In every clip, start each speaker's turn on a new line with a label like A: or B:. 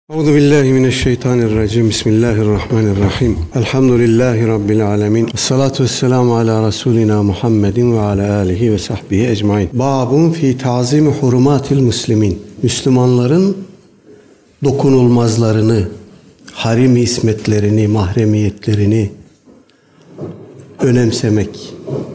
A: Euzubillahimineşşeytanirracim. Bismillahirrahmanirrahim. Elhamdülillahi Rabbil alemin. Esselatu vesselamu ala Resulina Muhammedin ve ala alihi ve sahbihi ecmain. Babun fi ta'zimi hurumatil muslimin. Müslümanların dokunulmazlarını, harim-i ismetlerini, mahremiyetlerini önemsemek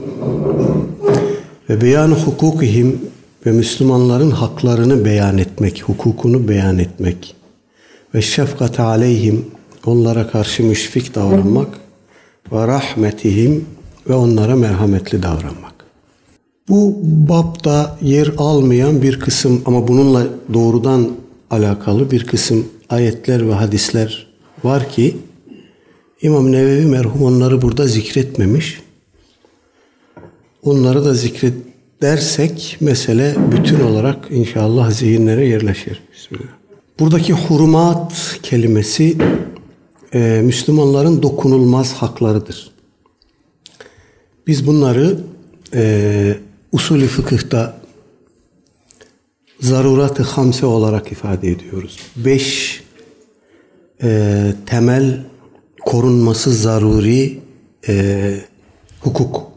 A: ve beyan-ı hukukihim ve Müslümanların haklarını beyan etmek, hukukunu beyan etmek ve şefkat aleyhim, onlara karşı müşfik davranmak ve rahmetihim ve onlara merhametli davranmak. Bu babda yer almayan bir kısım ama bununla doğrudan alakalı bir kısım ayetler ve hadisler var ki İmam Nevevi merhum onları burada zikretmemiş. Onları da zikredersek mesele bütün olarak inşallah zihinlere yerleşir. Bismillah. Buradaki hurumat kelimesi Müslümanların dokunulmaz haklarıdır. Biz bunları usulü fıkıhta zarurat-ı hamse olarak ifade ediyoruz. 5 temel korunması zaruri hukuk.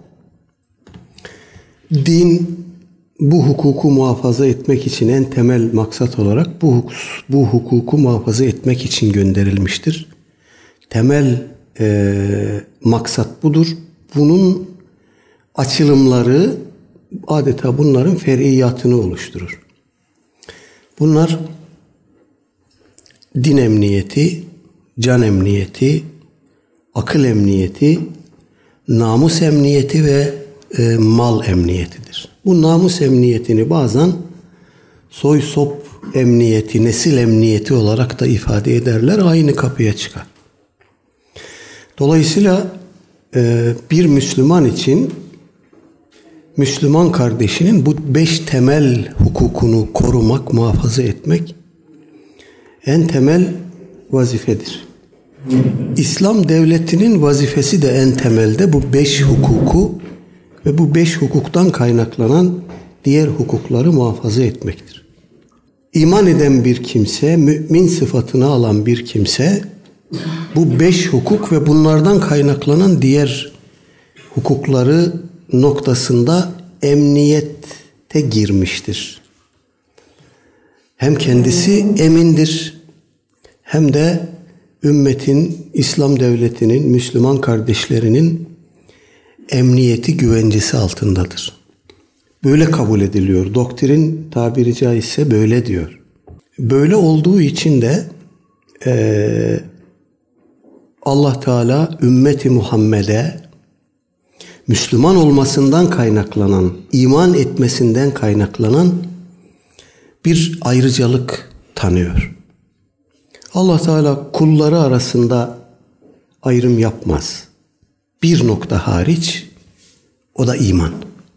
A: Din bu hukuku muhafaza etmek için en temel maksat olarak bu hukuku muhafaza etmek için gönderilmiştir. Temel maksat budur. Bunun açılımları adeta bunların fer'iyatını oluşturur. Bunlar din emniyeti, can emniyeti, akıl emniyeti, namus emniyeti ve mal emniyetidir. Bu namus emniyetini bazen soy sop emniyeti, nesil emniyeti olarak da ifade ederler. Aynı kapıya çıkar. Dolayısıyla bir Müslüman için Müslüman kardeşinin bu 5 temel hukukunu korumak, muhafaza etmek en temel vazifedir. İslam devletinin vazifesi de en temelde bu 5 hukuku ve bu 5 hukuktan kaynaklanan diğer hukukları muhafaza etmektir. İman eden bir kimse, mümin sıfatını alan bir kimse bu 5 hukuk ve bunlardan kaynaklanan diğer hukukları noktasında emniyete girmiştir. Hem kendisi emindir hem de ümmetin, İslam devletinin, Müslüman kardeşlerinin emniyeti güvencesi altındadır. Böyle kabul ediliyor. Doktrin tabiri caizse böyle diyor. Böyle olduğu için de Allah Teala ümmeti Muhammed'e Müslüman olmasından kaynaklanan, iman etmesinden kaynaklanan bir ayrıcalık tanıyor. Allah Teala kulları arasında ayrım yapmaz. Bir nokta hariç, o da iman.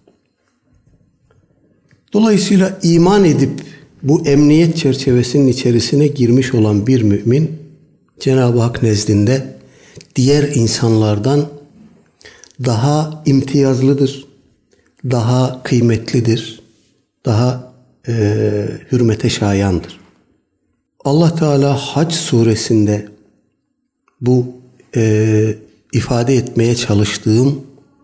A: Dolayısıyla iman edip bu emniyet çerçevesinin içerisine girmiş olan bir mümin, Cenab-ı Hak nezdinde diğer insanlardan daha imtiyazlıdır, daha kıymetlidir, daha hürmete şayandır. Allah Teala Hac suresinde bu ifade etmeye çalıştığım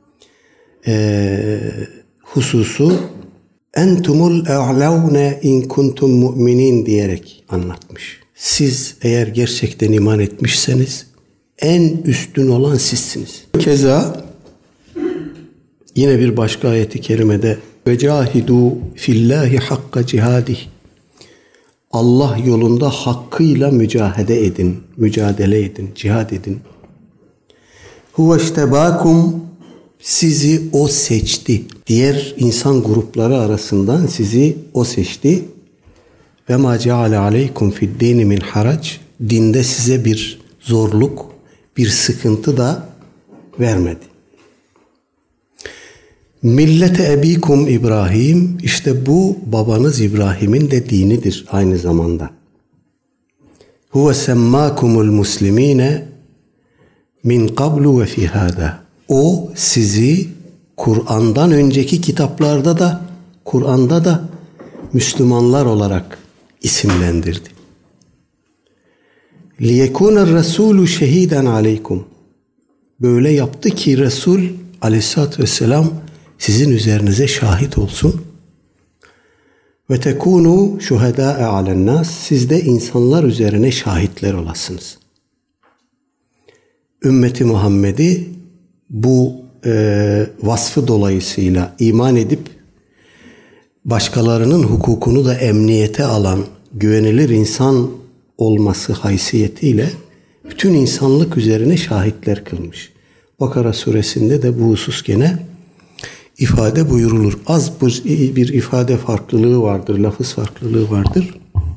A: hususu entumul a'laune in kuntum mu'minin diyerek anlatmış. Siz eğer gerçekten iman etmişseniz en üstün olan sizsiniz. Keza yine bir başka ayeti kerimede ve cahidu fillahi hakka cihadih, Allah yolunda hakkıyla mücadele edin, cihad edin. Huveştebâkum, sizi o seçti. Diğer insan grupları arasından sizi o seçti. Ve mâ ceale aleykum fi'd-dîni min harac, dinde size bir zorluk, bir sıkıntı da vermedi. Millete ebikum İbrahim, işte bu babanız İbrahim'in de dinidir aynı zamanda. Huve semmâkumul muslimîne min qablu ve fi hâdâ. O sizi Kur'an'dan önceki kitaplarda da, Kur'an'da da Müslümanlar olarak isimlendirdi. liyekûner rasûlü şehîden aleykum. Böyle yaptı ki Resul aleyhissalatü vesselam sizin üzerinize şahit olsun. Ve tekûnû şuhedâe alennâs. Siz de insanlar üzerine şahitler olasınız. Ümmeti Muhammed'i bu vasfı dolayısıyla iman edip başkalarının hukukunu da emniyete alan güvenilir insan olması haysiyetiyle bütün insanlık üzerine şahitler kılmış. Bakara suresinde de bu husus gene ifade buyurulur. Az bir ifade farklılığı vardır, lafız farklılığı vardır.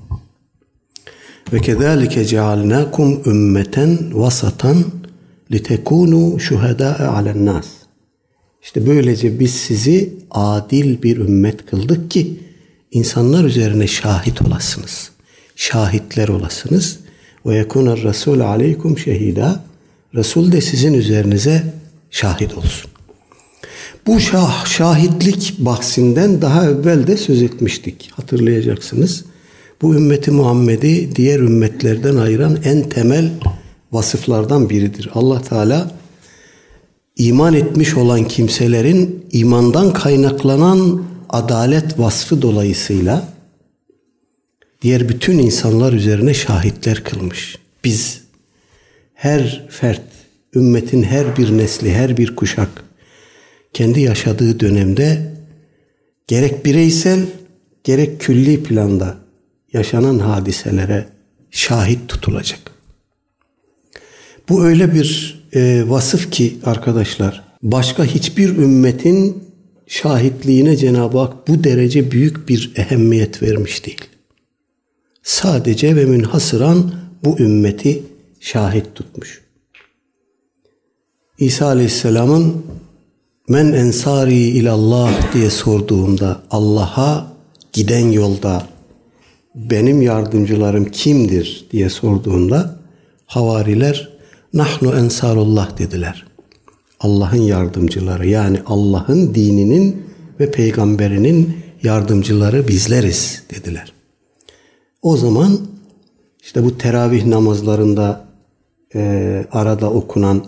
A: Ve kezalike cealnakum ümmeten vasatan litekunu şuhedâe alennâs. İşte böylece biz sizi adil bir ümmet kıldık ki insanlar üzerine şahit olasınız. Şahitler olasınız. Ve yekuner rasûl aleykum şehîdâ. Resul de sizin üzerinize şahit olsun. Bu şahitlik bahsinden daha evvel de söz etmiştik. Hatırlayacaksınız. Bu ümmeti Muhammed'i diğer ümmetlerden ayıran en temel vasıflardan biridir. Allah Teala iman etmiş olan kimselerin imandan kaynaklanan adalet vasfı dolayısıyla diğer bütün insanlar üzerine şahitler kılmış. Biz her fert, ümmetin her bir nesli, her bir kuşak kendi yaşadığı dönemde gerek bireysel gerek külli planda yaşanan hadiselere şahit tutulacak. Bu öyle bir vasıf ki arkadaşlar, başka hiçbir ümmetin şahitliğine Cenab-ı Hak bu derece büyük bir ehemmiyet vermiş değil. Sadece ve münhasıran bu ümmeti şahit tutmuş. İsa Aleyhisselam'ın men ensari ilallah diye sorduğunda, Allah'a giden yolda benim yardımcılarım kimdir diye sorduğunda havariler nahnu ensarullah dediler. Allah'ın yardımcıları, yani Allah'ın dininin ve peygamberinin yardımcıları bizleriz dediler. O zaman işte bu teravih namazlarında arada okunan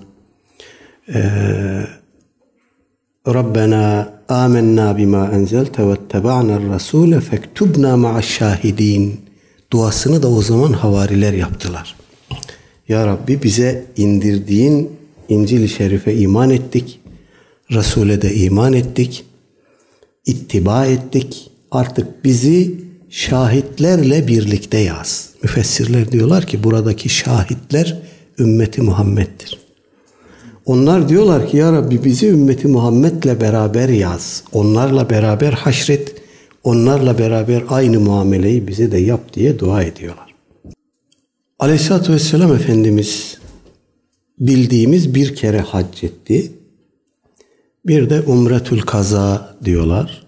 A: Rabbena amennâ bimâ enzelte vetteba'nel rasûle fektubnâ ma'aş-şâhidîn duasını da o zaman havariler yaptılar. Ya Rabbi, bize indirdiğin İncil-i Şerif'e iman ettik. Resul'e de iman ettik. İttiba ettik. Artık bizi şahitlerle birlikte yaz. Müfessirler diyorlar ki buradaki şahitler ümmeti Muhammed'dir. Onlar diyorlar ki ya Rabbi bizi ümmeti Muhammed'le beraber yaz. Onlarla beraber haşret. Onlarla beraber aynı muameleyi bize de yap diye dua ediyorlar. Aleyhisselatü Vesselam Efendimiz bildiğimiz bir kere hac etti. Bir de umretül kaza diyorlar.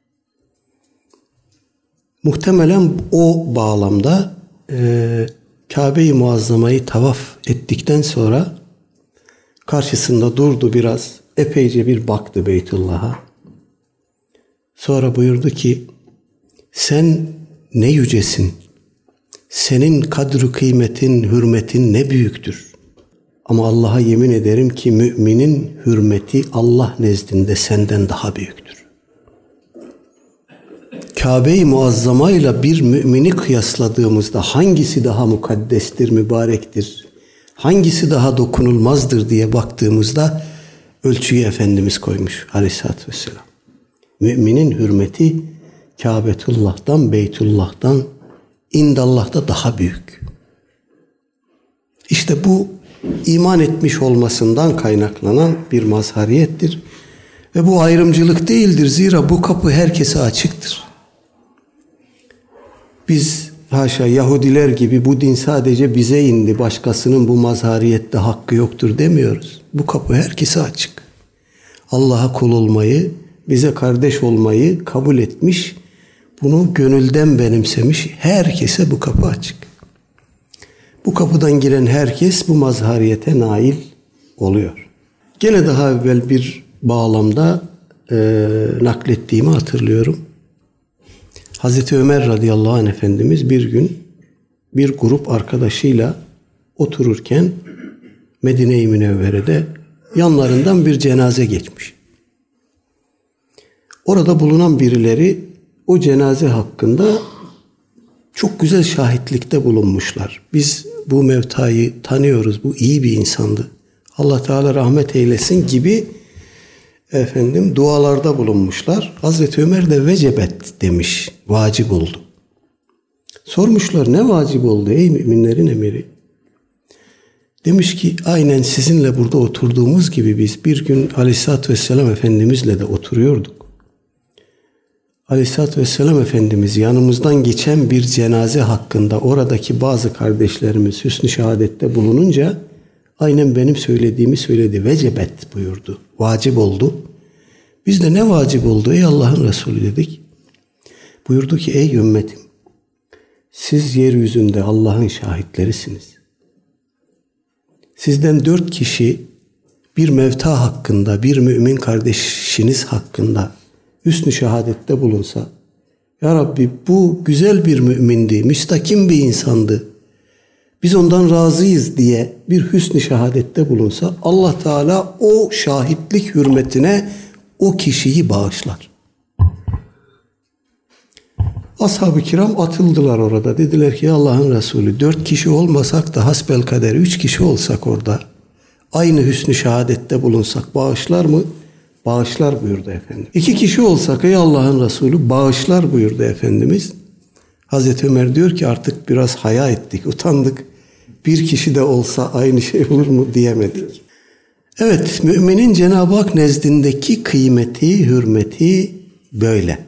A: Muhtemelen o bağlamda Kabe-i Muazzama'yı tavaf ettikten sonra karşısında durdu biraz. Epeyce bir baktı Beytullah'a. Sonra buyurdu ki sen ne yücesin. Senin kadru kıymetin, hürmetin ne büyüktür. Ama Allah'a yemin ederim ki müminin hürmeti Allah nezdinde senden daha büyüktür. Kabe-i Muazzama ile bir mümini kıyasladığımızda hangisi daha mukaddestir, mübarektir, hangisi daha dokunulmazdır diye baktığımızda ölçüyü Efendimiz koymuş Aleyhisselatü Vesselam. Müminin hürmeti Kâbetullah'tan, Beytullah'tan, indallah'ta daha büyük. İşte bu iman etmiş olmasından kaynaklanan bir mazhariyettir. Ve bu ayrımcılık değildir. Zira bu kapı herkese açıktır. Biz haşa Yahudiler gibi bu din sadece bize indi, başkasının bu mazhariyette hakkı yoktur demiyoruz. Bu kapı herkese açık. Allah'a kul olmayı, bize kardeş olmayı kabul etmiş, bunu gönülden benimsemiş herkese bu kapı açık. Bu kapıdan giren herkes bu mazhariyete nail oluyor. Gene daha evvel bir bağlamda naklettiğimi hatırlıyorum. Hazreti Ömer radıyallahu anh Efendimiz bir gün bir grup arkadaşıyla otururken Medine-i Münevvere'de yanlarından bir cenaze geçmiş. Orada bulunan birileri o cenaze hakkında çok güzel şahitlikte bulunmuşlar. Biz bu mevtayı tanıyoruz, bu iyi bir insandı, Allah Teala rahmet eylesin gibi dualarda bulunmuşlar. Hazreti Ömer de vecebet demiş, vacip oldu. Sormuşlar, ne vacip oldu ey müminlerin emiri? Demiş ki aynen sizinle burada oturduğumuz gibi biz bir gün Aleyhisselatü Vesselam Efendimizle de oturuyorduk. Aleyhisselatü Vesselam Efendimiz yanımızdan geçen bir cenaze hakkında oradaki bazı kardeşlerimiz hüsnü şehadette bulununca aynen benim söylediğimi söyledi. Vecebet buyurdu. Vacip oldu. Biz de ne vacip oldu ey Allah'ın Resulü dedik. Buyurdu ki ey ümmetim, siz yeryüzünde Allah'ın şahitlerisiniz. Sizden 4 kişi bir mevta hakkında, bir mümin kardeşiniz hakkında hüsnü şehadette bulunsa, ya Rabbi bu güzel bir mümindi, müstakim bir insandı, biz ondan razıyız diye bir hüsnü şehadette bulunsa, Allah Teala o şahitlik hürmetine o kişiyi bağışlar. Ashab-ı kiram atıldılar orada. Dediler ki Allah'ın Resulü 4 kişi olmasak da hasbelkader 3 kişi olsak orada aynı hüsnü şehadette bulunsak bağışlar mı? Bağışlar buyurdu Efendimiz. 2 kişi olsak ey Allah'ın Resulü bağışlar buyurdu Efendimiz. Hazreti Ömer diyor ki artık biraz haya ettik, utandık. 1 kişi de olsa aynı şey olur mu diyemedik. Evet, müminin Cenab-ı Hak nezdindeki kıymeti, hürmeti böyle.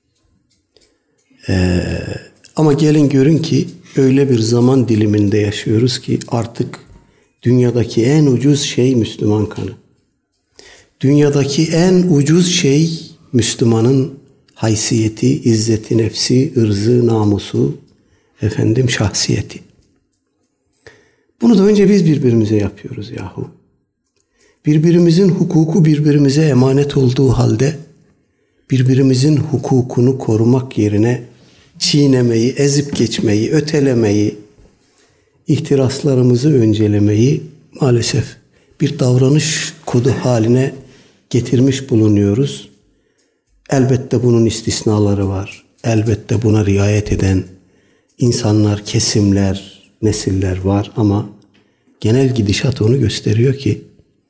A: Ama gelin görün ki öyle bir zaman diliminde yaşıyoruz ki artık dünyadaki en ucuz şey Müslüman kanı. Dünyadaki en ucuz şey Müslümanın haysiyeti, izzeti nefsi, ırzı, namusu, şahsiyeti. Bunu da önce biz birbirimize yapıyoruz yahu. Birbirimizin hukuku birbirimize emanet olduğu halde birbirimizin hukukunu korumak yerine çiğnemeyi, ezip geçmeyi, ötelemeyi, ihtiraslarımızı öncelemeyi maalesef bir davranış kodu haline getirmiş bulunuyoruz. Elbette bunun istisnaları var. Elbette buna riayet eden insanlar, kesimler, nesiller var ama genel gidişat onu gösteriyor ki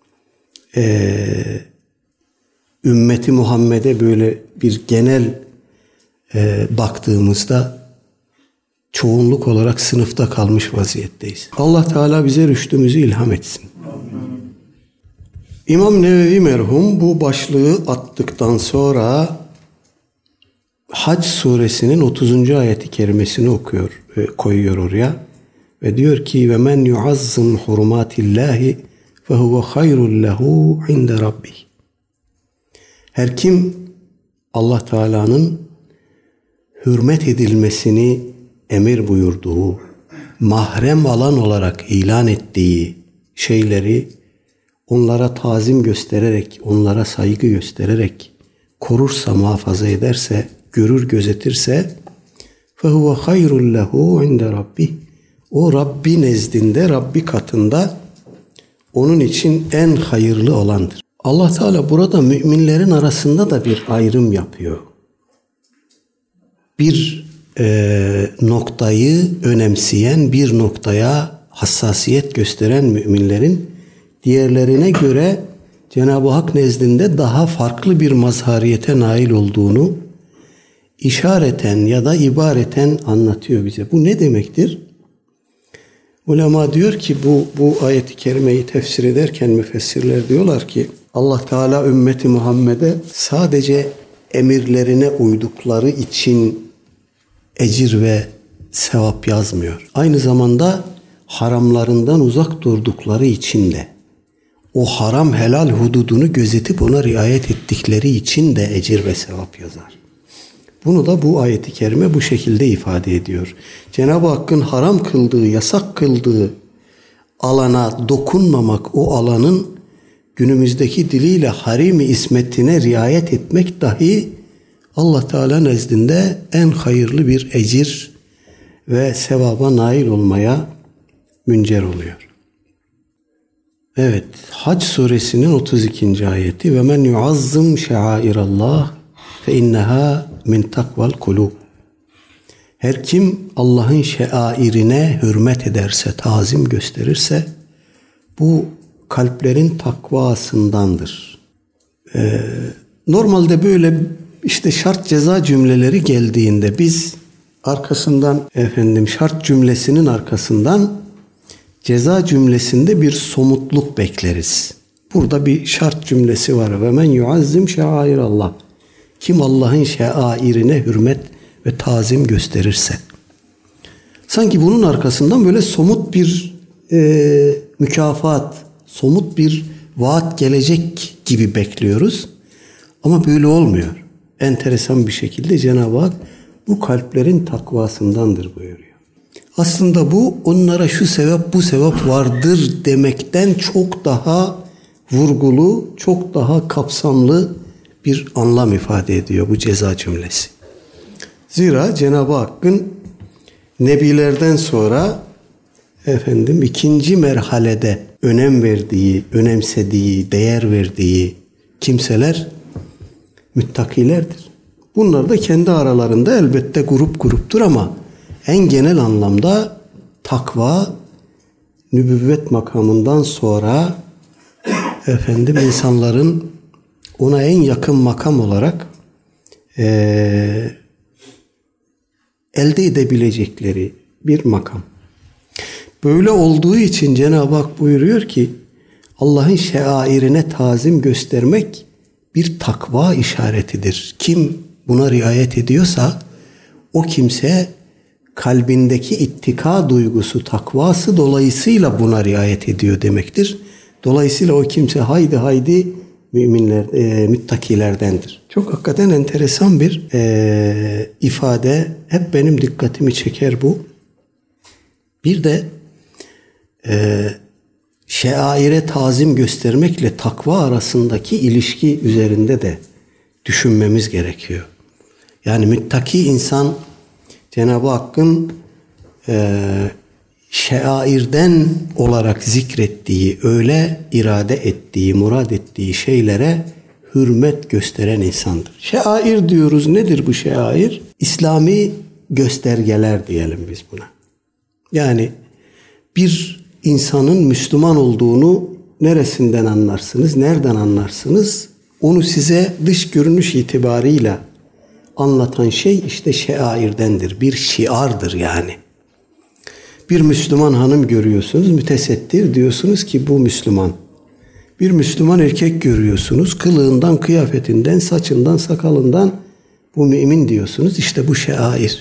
A: ümmeti Muhammed'e böyle bir genel baktığımızda çoğunluk olarak sınıfta kalmış vaziyetteyiz. Allah Teala bize rüştümüzü ilham etsin. İmam Nevevi merhum bu başlığı attıktan sonra Hac suresinin 30. ayeti kerimesini koyuyor oraya ve diyor ki ve men yuazzim hurumatillahi fe huve hayrun lehu inde rabbih. Her kim Allah Teala'nın hürmet edilmesini emir buyurduğu, mahrem alan olarak ilan ettiği şeyleri onlara tazim göstererek, onlara saygı göstererek korursa, muhafaza ederse, görür, gözetirse فَهُوَ خَيْرٌ لَهُ عِنْدَ رَبِّهِ o Rabbi nezdinde, Rabbi katında onun için en hayırlı olandır. Allah Teala burada müminlerin arasında da bir ayrım yapıyor. Bir noktayı önemseyen, bir noktaya hassasiyet gösteren müminlerin diğerlerine göre Cenab-ı Hak nezdinde daha farklı bir mazhariyete nail olduğunu işareten ya da ibareten anlatıyor bize. Bu ne demektir? Ulema diyor ki bu ayeti kerimeyi tefsir ederken müfessirler diyorlar ki Allah Teala ümmeti Muhammed'e sadece emirlerine uydukları için ecir ve sevap yazmıyor. Aynı zamanda haramlarından uzak durdukları için de o haram helal hududunu gözetip ona riayet ettikleri için de ecir ve sevap yazar. Bunu da bu ayeti kerime bu şekilde ifade ediyor. Cenab-ı Hakk'ın haram kıldığı, yasak kıldığı alana dokunmamak, o alanın günümüzdeki diliyle harimi ismetine riayet etmek dahi Allah Teala nezdinde en hayırlı bir ecir ve sevaba nail olmaya müncer oluyor. Evet, Hac suresinin 32. ayeti ve men yuazzim şairallah fe inneha min takval kulub. Her kim Allah'ın şairine hürmet ederse, tazim gösterirse bu kalplerin takvasındandır. Normalde böyle işte şart ceza cümleleri geldiğinde biz arkasından şart cümlesinin arkasından ceza cümlesinde bir somutluk bekleriz. Burada bir şart cümlesi var. Ve men yuazzim şairallah. Kim Allah'ın şairine hürmet ve tazim gösterirse. Sanki bunun arkasından böyle somut bir mükafat, somut bir vaat gelecek gibi bekliyoruz. Ama böyle olmuyor. Enteresan bir şekilde Cenab-ı Hak bu kalplerin takvasındandır buyuruyor. Aslında bu onlara şu sevap bu sevap vardır demekten çok daha vurgulu, çok daha kapsamlı bir anlam ifade ediyor bu ceza cümlesi. Zira Cenab-ı Hakk'ın nebilerden sonra ikinci merhalede önem verdiği, önemsediği, değer verdiği kimseler müttakilerdir. Bunlar da kendi aralarında elbette grup gruptur ama en genel anlamda takva nübüvvet makamından sonra insanların ona en yakın makam olarak elde edebilecekleri bir makam. Böyle olduğu için Cenab-ı Hak buyuruyor ki Allah'ın şairine tazim göstermek bir takva işaretidir. Kim buna riayet ediyorsa o kimse kalbindeki ittika duygusu, takvası dolayısıyla buna riayet ediyor demektir. Dolayısıyla o kimse haydi müminler, müttakilerdendir. Çok hakikaten enteresan bir ifade. Hep benim dikkatimi çeker bu. Bir de şaire tazim göstermekle takva arasındaki ilişki üzerinde de düşünmemiz gerekiyor. Yani müttaki insan Cenab-ı Hakk'ın şairden olarak zikrettiği, öyle irade ettiği, murad ettiği şeylere hürmet gösteren insandır. Şair diyoruz. Nedir bu şair? İslami göstergeler diyelim biz buna. Yani bir insanın Müslüman olduğunu neresinden anlarsınız, nereden anlarsınız? Onu size dış görünüş itibarıyla anlatan şey işte şairdendir. Bir şiardır yani. Bir Müslüman hanım görüyorsunuz, mütesettir diyorsunuz ki bu Müslüman. Bir Müslüman erkek görüyorsunuz, kılığından, kıyafetinden, saçından, sakalından bu mümin diyorsunuz. İşte bu şair.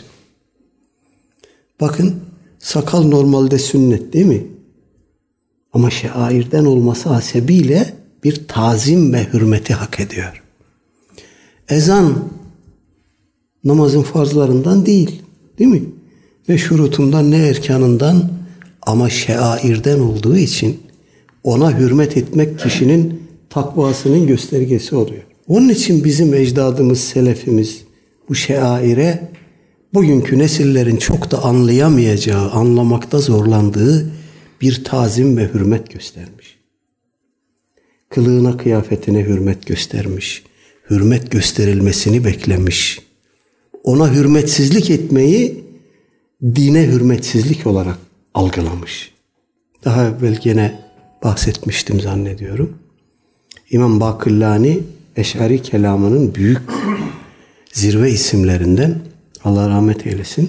A: Bakın sakal normalde sünnet değil mi? Ama şairden olması hasebiyle bir tazim ve hürmeti hak ediyor. Ezan namazın farzlarından değil mi? Ne şurutundan ne erkanından ama şairden olduğu için ona hürmet etmek kişinin takvasının göstergesi oluyor. Onun için bizim ecdadımız, selefimiz bu şaire bugünkü nesillerin çok da anlayamayacağı, anlamakta zorlandığı bir tazim ve hürmet göstermiş. Kılığına, kıyafetine hürmet göstermiş. Hürmet gösterilmesini beklemiş. Ona hürmetsizlik etmeyi dine hürmetsizlik olarak algılamış. Daha evvel gene bahsetmiştim zannediyorum. İmam Bakillani Eş'ari kelamının büyük zirve isimlerinden, Allah rahmet eylesin.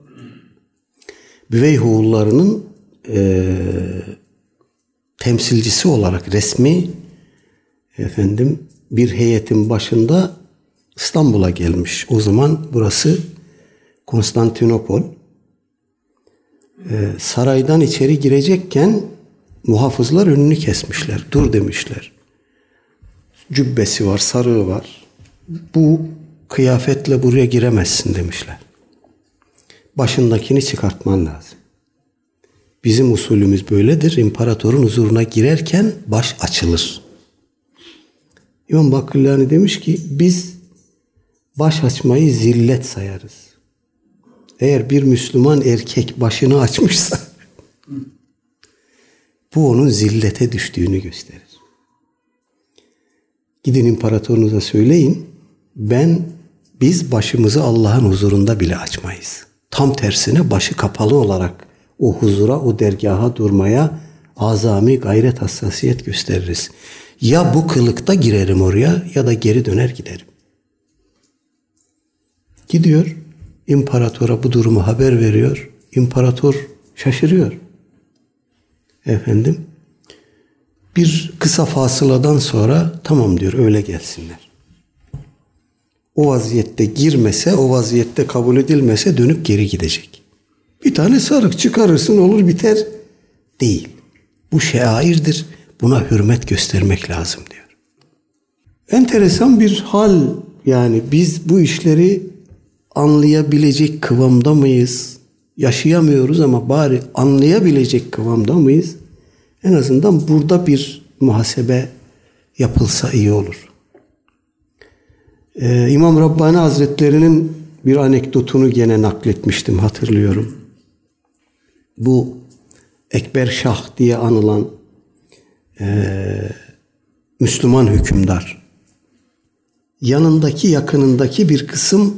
A: Büveyhoğullarının temsilcisi olarak resmi bir heyetin başında İstanbul'a gelmiş. O zaman burası Konstantinopol. Saraydan içeri girecekken muhafızlar önünü kesmişler. Dur demişler. Cübbesi var, sarığı var. Bu kıyafetle buraya giremezsin demişler. Başındakini çıkartman lazım. Bizim usulümüz böyledir. İmparatorun huzuruna girerken baş açılır. İmam Bakillani demiş ki biz baş açmayı zillet sayarız. Eğer bir Müslüman erkek başını açmışsa Bu onun zillete düştüğünü gösterir. Gidin imparatorunuza söyleyin, biz başımızı Allah'ın huzurunda bile açmayız. Tam tersine başı kapalı olarak o huzura, o dergaha durmaya azami gayret, hassasiyet gösteririz. Ya bu kılıkta girerim oraya ya da geri döner giderim. Gidiyor, imparatora bu durumu haber veriyor. İmparator şaşırıyor. Bir kısa fasıladan sonra tamam diyor, öyle gelsinler. O vaziyette girmese, o vaziyette kabul edilmese dönüp geri gidecek. Bir tane sarık çıkarırsın, olur biter. Değil. Bu şairdir. Buna hürmet göstermek lazım diyor. Enteresan bir hal, yani biz bu işleri anlayabilecek kıvamda mıyız? Yaşayamıyoruz ama bari anlayabilecek kıvamda mıyız? En azından burada bir muhasebe yapılsa iyi olur. İmam Rabbani Hazretleri'nin bir anekdotunu gene nakletmiştim, hatırlıyorum. Bu Ekber Şah diye anılan Müslüman hükümdar, yanındaki, yakınındaki bir kısım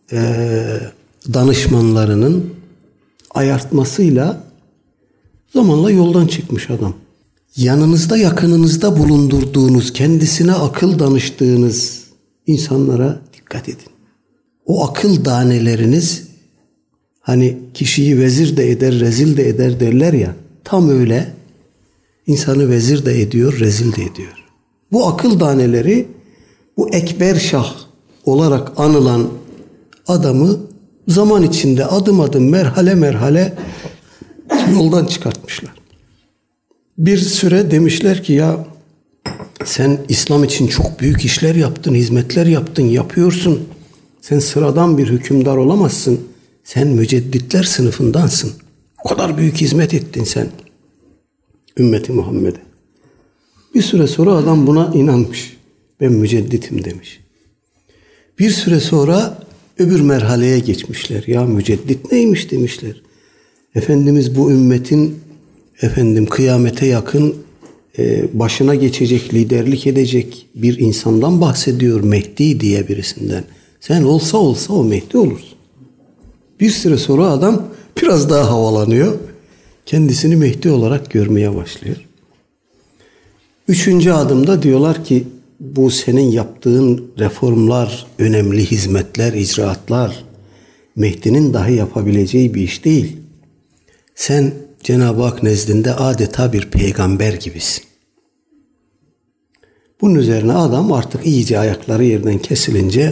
A: danışmanlarının ayartmasıyla zamanla yoldan çıkmış adam. Yanınızda, yakınınızda bulundurduğunuz, kendisine akıl danıştığınız insanlara dikkat edin. O akıl daneleriniz, hani kişiyi vezir de eder, rezil de eder derler ya, tam öyle insanı vezir de ediyor, rezil de ediyor. Bu akıl daneleri bu Ekber Şah olarak anılan adamı zaman içinde adım adım, merhale merhale yoldan çıkartmışlar. Bir süre demişler ki ya sen İslam için çok büyük işler yaptın, hizmetler yaptın, yapıyorsun. Sen sıradan bir hükümdar olamazsın. Sen mücedditler sınıfındansın. O kadar büyük hizmet ettin sen ümmeti Muhammed'e. Bir süre sonra adam buna inanmış. Ben mücedditim demiş. Bir süre sonra öbür merhaleye geçmişler. Ya müceddit neymiş demişler. Efendimiz bu ümmetin kıyamete yakın başına geçecek, liderlik edecek bir insandan bahsediyor, Mehdi diye birisinden. Sen olsa o Mehdi olursun. Bir süre sonra adam biraz daha havalanıyor. Kendisini Mehdi olarak görmeye başlıyor. 3. adımda diyorlar ki bu senin yaptığın reformlar, önemli hizmetler, icraatlar Mehdi'nin dahi yapabileceği bir iş değil. Sen Cenab-ı Hak nezdinde adeta bir peygamber gibisin. Bunun üzerine adam artık iyice ayakları yerden kesilince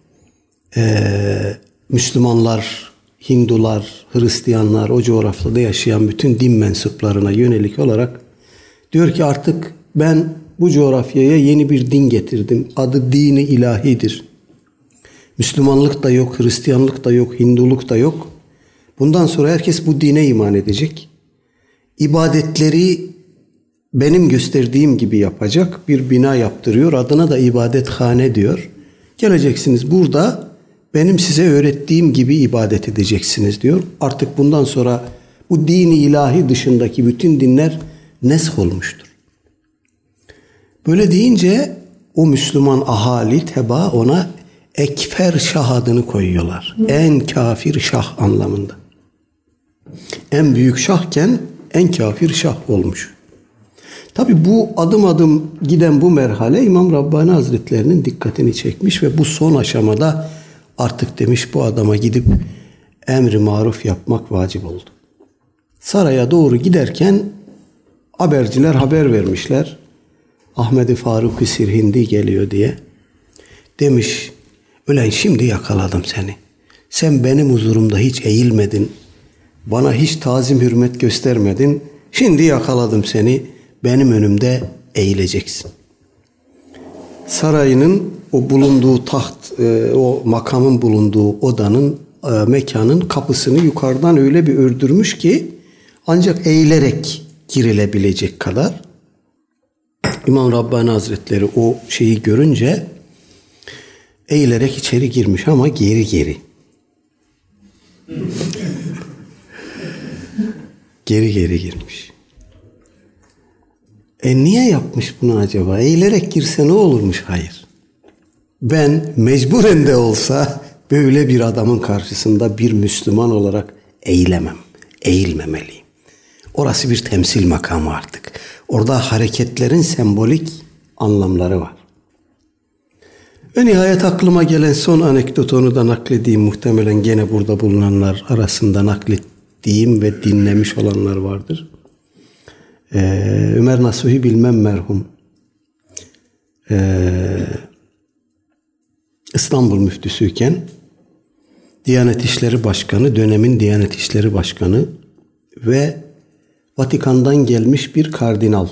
A: Müslümanlar, Hindular, Hristiyanlar, o coğrafyada yaşayan bütün din mensuplarına yönelik olarak diyor ki artık ben bu coğrafyaya yeni bir din getirdim. Adı dini ilahidir. Müslümanlık da yok, Hristiyanlık da yok, Hinduluk da yok. Bundan sonra herkes bu dine iman edecek. İbadetleri benim gösterdiğim gibi yapacak. Bir bina yaptırıyor. Adına da ibadethane diyor. Geleceksiniz burada benim size öğrettiğim gibi ibadet edeceksiniz diyor. Artık bundan sonra bu dini ilahi dışındaki bütün dinler nesh olmuştur. Böyle deyince o Müslüman ahali, teba ona Ekfer Şah adını koyuyorlar. En kafir şah anlamında. En büyük şahken en kafir şah olmuş. Tabi bu adım adım giden bu merhale İmam Rabbani Hazretlerinin dikkatini çekmiş ve bu son aşamada artık demiş bu adama gidip emri maruf yapmak vacip oldu. Saraya doğru giderken haberciler haber vermişler. Ahmed-i Faruk-i Sirhindi geliyor diye. Demiş, ulan şimdi yakaladım seni. Sen benim huzurumda hiç eğilmedin. Bana hiç tazim hürmet göstermedin. Şimdi yakaladım seni. Benim önümde eğileceksin. Sarayının o bulunduğu taht, o makamın bulunduğu odanın, mekanın kapısını yukarıdan öyle bir ördürmüş ki ancak eğilerek girilebilecek kadar. İmam Rabbani Hazretleri o şeyi görünce eğilerek içeri girmiş ama geri. geri girmiş. Niye yapmış bunu acaba? Eğilerek girse ne olurmuş? Hayır. Ben mecburen de olsa böyle bir adamın karşısında bir Müslüman olarak eğilemem. Eğilmemeliyim. Orası bir temsil makamı artık. Orada hareketlerin sembolik anlamları var. Ve nihayet aklıma gelen son anekdotunu da nakledeyim. Muhtemelen gene burada bulunanlar arasında naklettiğim ve dinlemiş olanlar vardır. Ömer Nasuhi Bilmem merhum İstanbul müftüsüyken Diyanet İşleri Başkanı, dönemin Diyanet İşleri Başkanı ve Vatikan'dan gelmiş bir kardinal.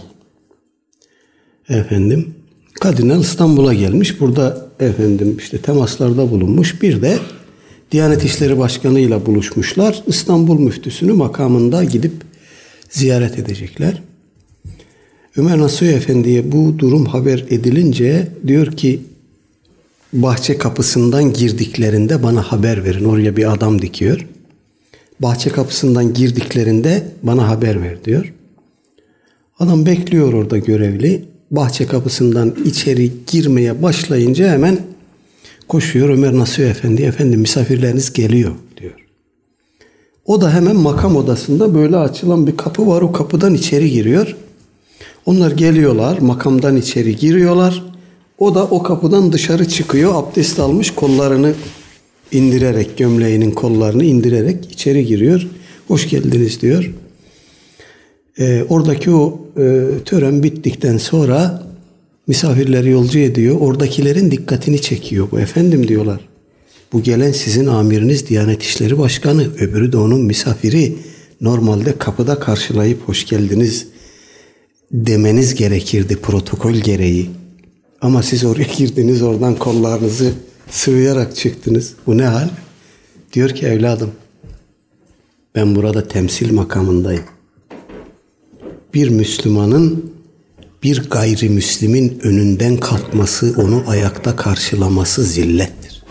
A: Kardinal İstanbul'a gelmiş. Burada işte temaslarda bulunmuş. Bir de Diyanet İşleri Başkanı ile buluşmuşlar. İstanbul müftüsünü makamında gidip ziyaret edecekler. Ömer Nasuhi Efendi'ye bu durum haber edilince diyor ki bahçe kapısından girdiklerinde bana haber verin. Oraya bir adam dikiyor. Bahçe kapısından girdiklerinde bana haber ver diyor. Adam bekliyor orada görevli. Bahçe kapısından içeri girmeye başlayınca hemen koşuyor Ömer Nasuhi Efendi. Efendim misafirleriniz geliyor diyor. O da hemen makam odasında böyle açılan bir kapı var. O kapıdan içeri giriyor. Onlar geliyorlar. Makamdan içeri giriyorlar. O da o kapıdan dışarı çıkıyor. Abdest almış, kollarını indirerek, gömleğinin kollarını indirerek içeri giriyor. Hoş geldiniz diyor. Oradaki o tören bittikten sonra misafirleri yolcu ediyor. Oradakilerin dikkatini çekiyor. Bu efendim diyorlar. Bu gelen sizin amiriniz Diyanet İşleri Başkanı. Öbürü de onun misafiri. Normalde kapıda karşılayıp hoş geldiniz demeniz gerekirdi protokol gereği. Ama siz oraya girdiniz, oradan kollarınızı sıvayarak çıktınız. Bu ne hal? Diyor ki evladım, ben burada temsil makamındayım. Bir Müslümanın bir gayrimüslimin önünden kalkması, onu ayakta karşılaması zillettir.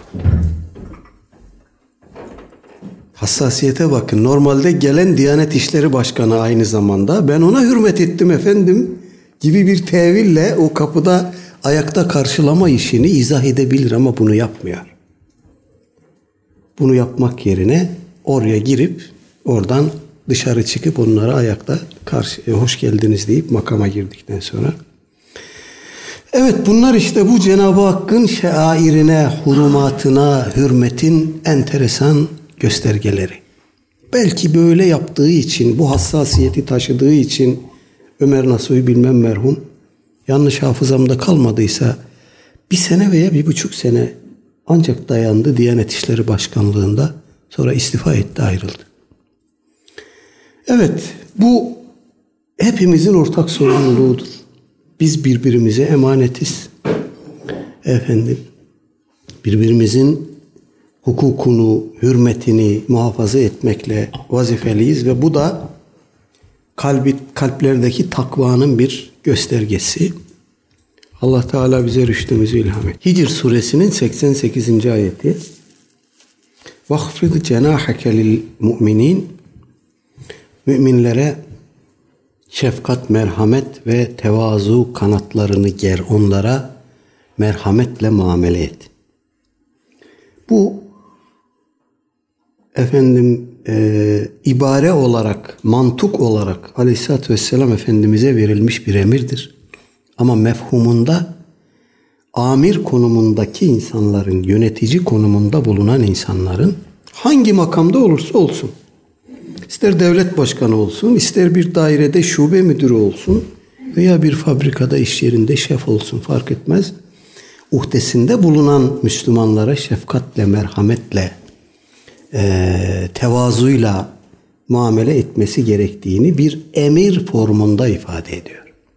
A: Hassasiyete bakın. Normalde gelen Diyanet İşleri Başkanı aynı zamanda ben ona hürmet ettim efendim gibi bir teville o kapıda ayakta karşılama işini izah edebilir ama bunu yapmıyor. Bunu yapmak yerine oraya girip oradan dışarı çıkıp onlara ayakta hoş geldiniz deyip makama girdikten sonra. Evet, bunlar işte bu Cenab-ı Hakk'ın şairine, hurumatına, hürmetin enteresan göstergeleri. Belki böyle yaptığı için, bu hassasiyeti taşıdığı için Ömer Nasuhi Bilmem merhum, yanlış hafızamda kalmadıysa 1 sene veya 1,5 sene ancak dayandı Diyanet İşleri Başkanlığında. Sonra istifa etti, ayrıldı. Evet, bu hepimizin ortak sorumluluğudur. Biz birbirimize emanetiz. Birbirimizin hukukunu, hürmetini muhafaza etmekle vazifeliyiz ve bu da kalplerdeki takvanın bir göstergesi. Allah Teala bize rüştümüzü ilham et. Hicr suresinin 88. ayeti. وَخْفِضْ جَنَاحَكَ لِلْمُؤْمِنِينَ Müminlere şefkat, merhamet ve tevazu kanatlarını ger, onlara merhametle muamele et. Bu ibare olarak, mantık olarak Aleyhisselatü Vesselam Efendimiz'e verilmiş bir emirdir. Ama mefhumunda amir konumundaki insanların, yönetici konumunda bulunan insanların hangi makamda olursa olsun, ister devlet başkanı olsun, ister bir dairede şube müdürü olsun veya bir fabrikada, iş yerinde şef olsun, fark etmez. Uhdesinde bulunan Müslümanlara şefkatle, merhametle, tevazuyla muamele etmesi gerektiğini bir emir formunda ifade ediyor.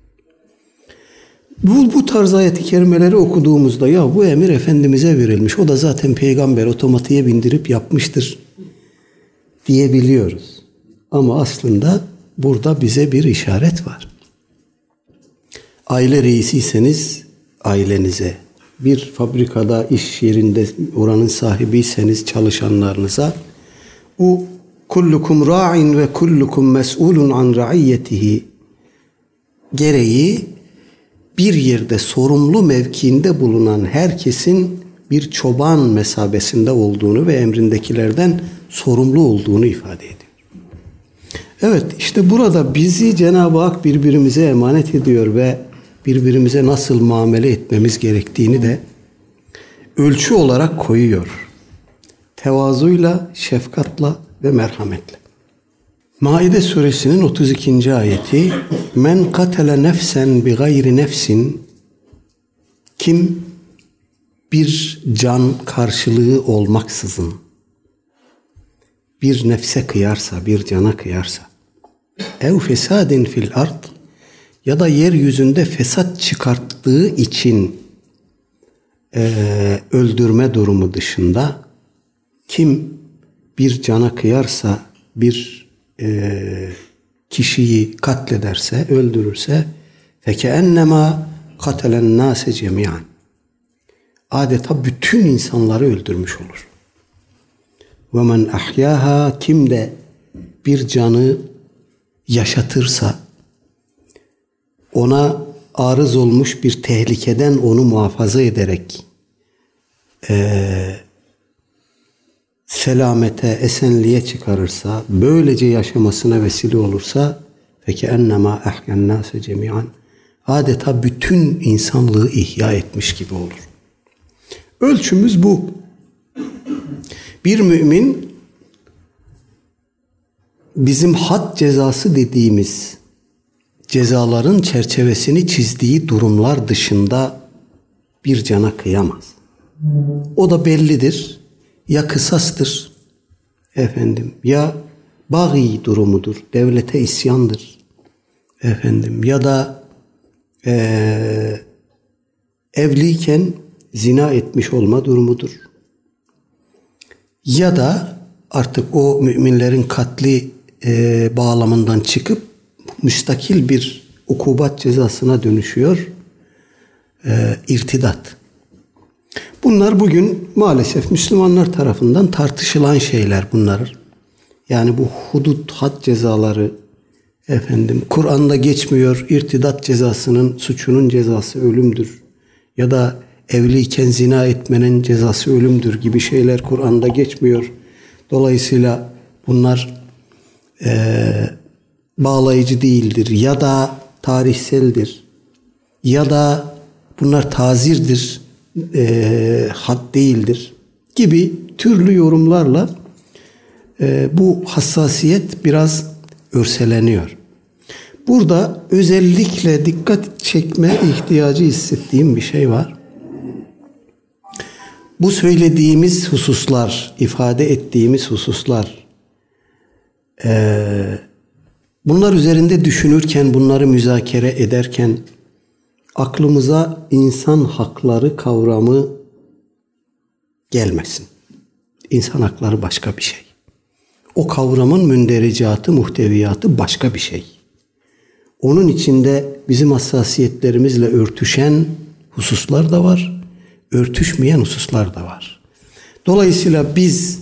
A: Bu tarz ayet-i kerimeleri okuduğumuzda ya bu emir Efendimiz'e verilmiş, o da zaten peygamber otomatiğe bindirip yapmıştır diyebiliyoruz. Ama aslında burada bize bir işaret var. Aile reisiyseniz ailenize, bir fabrikada, iş yerinde oranın sahibiyseniz çalışanlarınıza, bu kullukum ra'in ve kullukum mes'ulun an ra'iyyetihi gereği bir yerde sorumlu mevkiinde bulunan herkesin bir çoban mesabesinde olduğunu ve emrindekilerden sorumlu olduğunu ifade ediyor. Evet, işte burada bizi Cenab-ı Hak birbirimize emanet ediyor ve birbirimize nasıl muamele etmemiz gerektiğini de ölçü olarak koyuyor. Tevazuyla, şefkatla ve merhametle. Maide suresinin 32. ayeti: Men katele nefsen bi gayri nefsin, kim bir can karşılığı olmaksızın bir nefse kıyarsa, bir cana kıyarsa, ev fesadin fil ard, ya da yeryüzünde fesat çıkarttığı için öldürme durumu dışında kim bir cana kıyarsa, bir kişiyi katlederse, öldürürse, fekennema katelen nase cemiyan, adeta bütün insanları öldürmüş olur. Ve men ahyaha, kim de bir canı yaşatırsa, ona arız olmuş bir tehlikeden onu muhafaza ederek selamete, esenliğe çıkarırsa, böylece yaşamasına vesile olursa, fekennema ahyan nase cemiyan, adeta bütün insanlığı ihya etmiş gibi olur. Ölçümüz bu. Bir mümin bizim had cezası dediğimiz cezaların çerçevesini çizdiği durumlar dışında bir cana kıyamaz. O da bellidir. Ya kısastır, ya bagi durumudur, devlete isyandır, ya da evliyken zina etmiş olma durumudur. Ya da artık o müminlerin katli bağlamından çıkıp müstakil bir ukubat cezasına dönüşüyor. İrtidat. Bunlar bugün maalesef Müslümanlar tarafından tartışılan şeyler bunlar. Yani bu hudut, had cezaları, Kur'an'da geçmiyor, irtidat cezasının, suçunun cezası ölümdür. Ya da evliyken zina etmenin cezası ölümdür gibi şeyler Kur'an'da geçmiyor. Dolayısıyla bunlar bağlayıcı değildir ya da tarihseldir ya da bunlar tazirdir, had değildir gibi türlü yorumlarla bu hassasiyet biraz örseleniyor. Burada özellikle dikkat çekme ihtiyacı hissettiğim bir şey var. Bu söylediğimiz hususlar, ifade ettiğimiz hususlar, bunlar üzerinde düşünürken, bunları müzakere ederken aklımıza insan hakları kavramı gelmesin. İnsan hakları başka bir şey. O kavramın münderecatı, muhteviyatı başka bir şey. Onun içinde bizim hassasiyetlerimizle örtüşen hususlar da var, örtüşmeyen hususlar da var. Dolayısıyla biz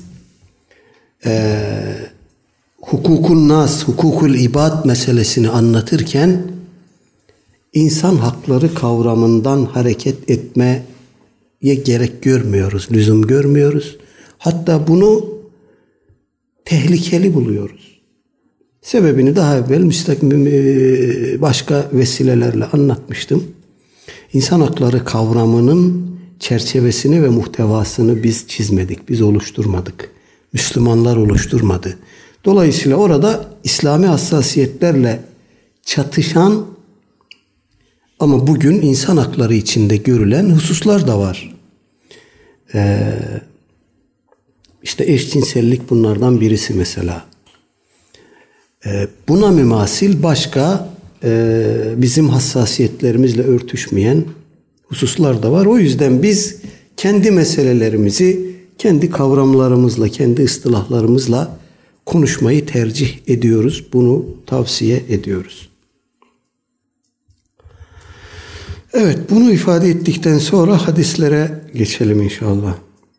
A: hukukun nas, hukukul ibad meselesini anlatırken insan hakları kavramından hareket etmeye gerek görmüyoruz, lüzum görmüyoruz. Hatta bunu tehlikeli buluyoruz. Sebebini daha evvel başka vesilelerle anlatmıştım. İnsan hakları kavramının çerçevesini ve muhtevasını biz çizmedik, biz oluşturmadık. Müslümanlar oluşturmadı. Dolayısıyla orada İslami hassasiyetlerle çatışan ama bugün insan hakları içinde görülen hususlar da var. İşte eşcinsellik bunlardan birisi mesela. Buna mümasil başka bizim hassasiyetlerimizle örtüşmeyen hususlar da var. O yüzden biz kendi meselelerimizi kendi kavramlarımızla, kendi ıstılahlarımızla konuşmayı tercih ediyoruz. Bunu tavsiye ediyoruz. Evet, bunu ifade ettikten sonra hadislere geçelim inşallah.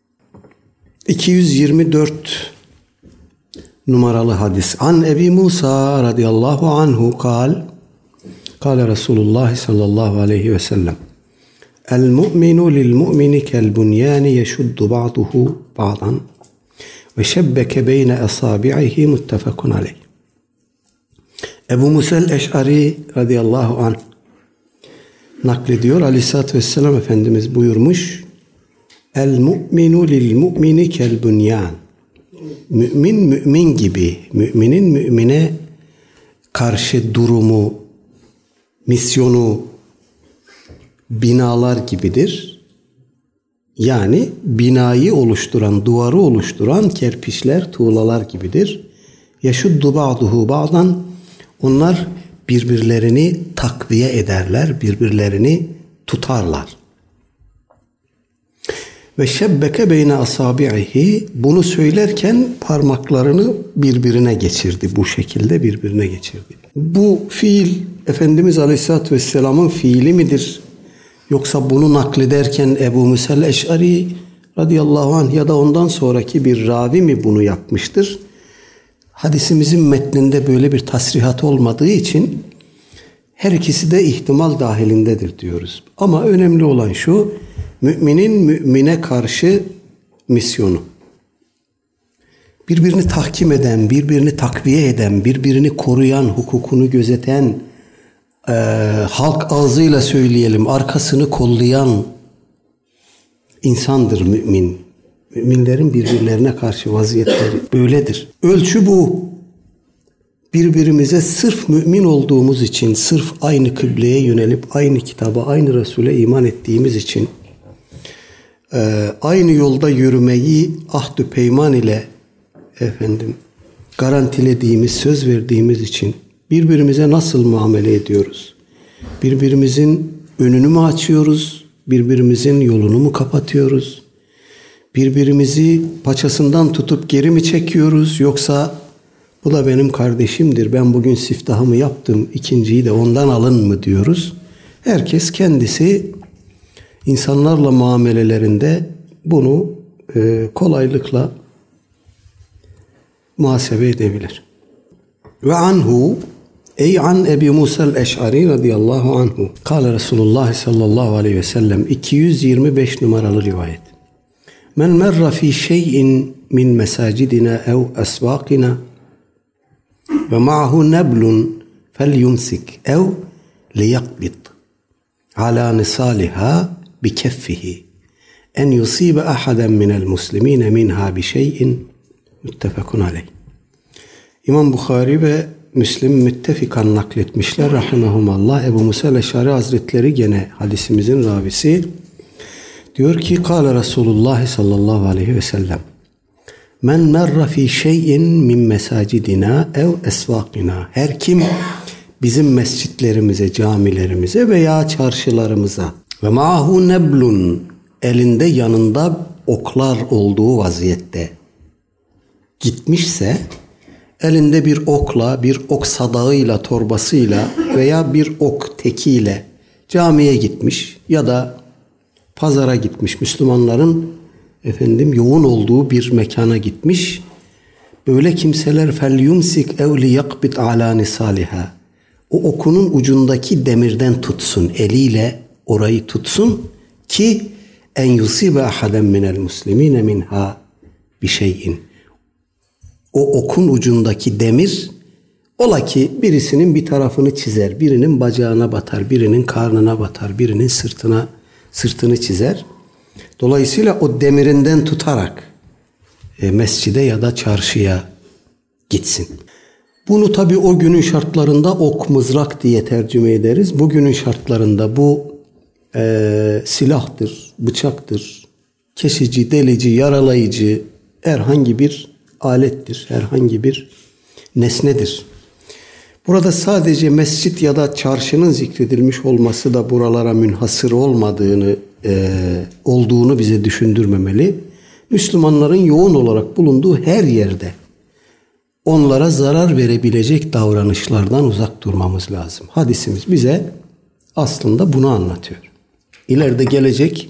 A: 224 numaralı hadis. An Ebi Musa radıyallahu anhu kal Kâle Resulullah sallallahu aleyhi ve sellem El mu'minu lil mu'mini kel bunyani yeşuddu ba'duhu ba'dan ve şebbeke beyne asabi'ihi muttefakun aleyh. Ebu Musa el-Eş'ari radıyallahu anh naklediyor. Aleyhisselatü vesselam Efendimiz buyurmuş. El mu'minu lil mu'mini kel bunyan. Mümin mümin gibi, müminin mümine karşı durumu, misyonu binalar gibidir. Yani binayı oluşturan, duvarı oluşturan kerpiçler, tuğlalar gibidir. Yeşuddu ba'duhu ba'dan. Onlar birbirlerini takviye ederler, birbirlerini tutarlar. Ve şebbeke beyne asabi'ihi, bunu söylerken parmaklarını birbirine geçirdi. Bu şekilde birbirine geçirdi. Bu fiil Efendimiz Aleyhisselatü Vesselam'ın fiili midir? Yoksa bunu naklederken Ebu Musa el-Eş'ari radıyallahu anh ya da ondan sonraki bir ravi mi bunu yapmıştır? Hadisimizin metninde böyle bir tasrihat olmadığı için her ikisi de ihtimal dahilindedir diyoruz. Ama önemli olan şu, müminin mümine karşı misyonu. Birbirini tahkim eden, birbirini takviye eden, birbirini koruyan, hukukunu gözeten, halk ağzıyla söyleyelim, arkasını kollayan insandır mümin. Müminlerin birbirlerine karşı vaziyetleri böyledir. Ölçü bu. Birbirimize sırf mümin olduğumuz için, sırf aynı kıbleye yönelip, aynı kitaba, aynı Resul'e iman ettiğimiz için, aynı yolda yürümeyi ahdü peyman ile garantilediğimiz, söz verdiğimiz için birbirimize nasıl muamele ediyoruz? Birbirimizin önünü mü açıyoruz? Birbirimizin yolunu mu kapatıyoruz? Birbirimizi paçasından tutup geri mi çekiyoruz? Yoksa bu da benim kardeşimdir, ben bugün siftahımı yaptım, ikinciyi de ondan alın mı diyoruz? Herkes kendisi insanlarla muamelelerinde bunu kolaylıkla muhasebe edebilir. Ve anhu, ey an Ebi Musa el-Eş'ari radıyallahu anhu. Kâle Resulullah sallallahu aleyhi ve sellem 225 numaralı rivayet. Men merra fi şeyin min mesacidina ev esvaqina ve ma'hu neblun felyumsik ev liyakbit ala nisaliha bi keffihi en yusibe ahaden minel muslimine minha bi şeyin muttefakun aleyh. İmam Bukhari ve Müslim müttefikan nakletmişler rahimehumallah. Ebu Musa el-Eş'ari Hazretleri gene hadisimizin ravisi diyor ki kâle Resulullah sallallahu aleyhi ve sellem men merra fi şeyin min mesacidina ev esvaqina. Her kim bizim mescitlerimize, camilerimize veya çarşılarımıza ve ma'hu neblun, elinde yanında oklar olduğu vaziyette gitmişse, elinde bir okla, bir ok sadağıyla, torbasıyla veya bir ok tekiyle camiye gitmiş ya da pazara gitmiş, Müslümanların yoğun olduğu bir mekana gitmiş. Böyle kimseler felyumsik ev liyakbit ala nisaliha. O okunun ucundaki demirden tutsun, eliyle orayı tutsun ki en yusibe ahaden minel muslimine minha bir şeyin. O okun ucundaki demir ola ki birisinin bir tarafını çizer, birinin bacağına batar, birinin karnına batar, birinin sırtını çizer. Dolayısıyla o demirinden tutarak mescide ya da çarşıya gitsin. Bunu tabii o günün şartlarında ok, mızrak diye tercüme ederiz. Bugünün şartlarında bu silahtır, bıçaktır, kesici, delici, yaralayıcı herhangi bir alettir, herhangi bir nesnedir. Burada sadece mescit ya da çarşının zikredilmiş olması da buralara münhasır olduğunu bize düşündürmemeli. Müslümanların yoğun olarak bulunduğu her yerde onlara zarar verebilecek davranışlardan uzak durmamız lazım. Hadisimiz bize aslında bunu anlatıyor. İleride gelecek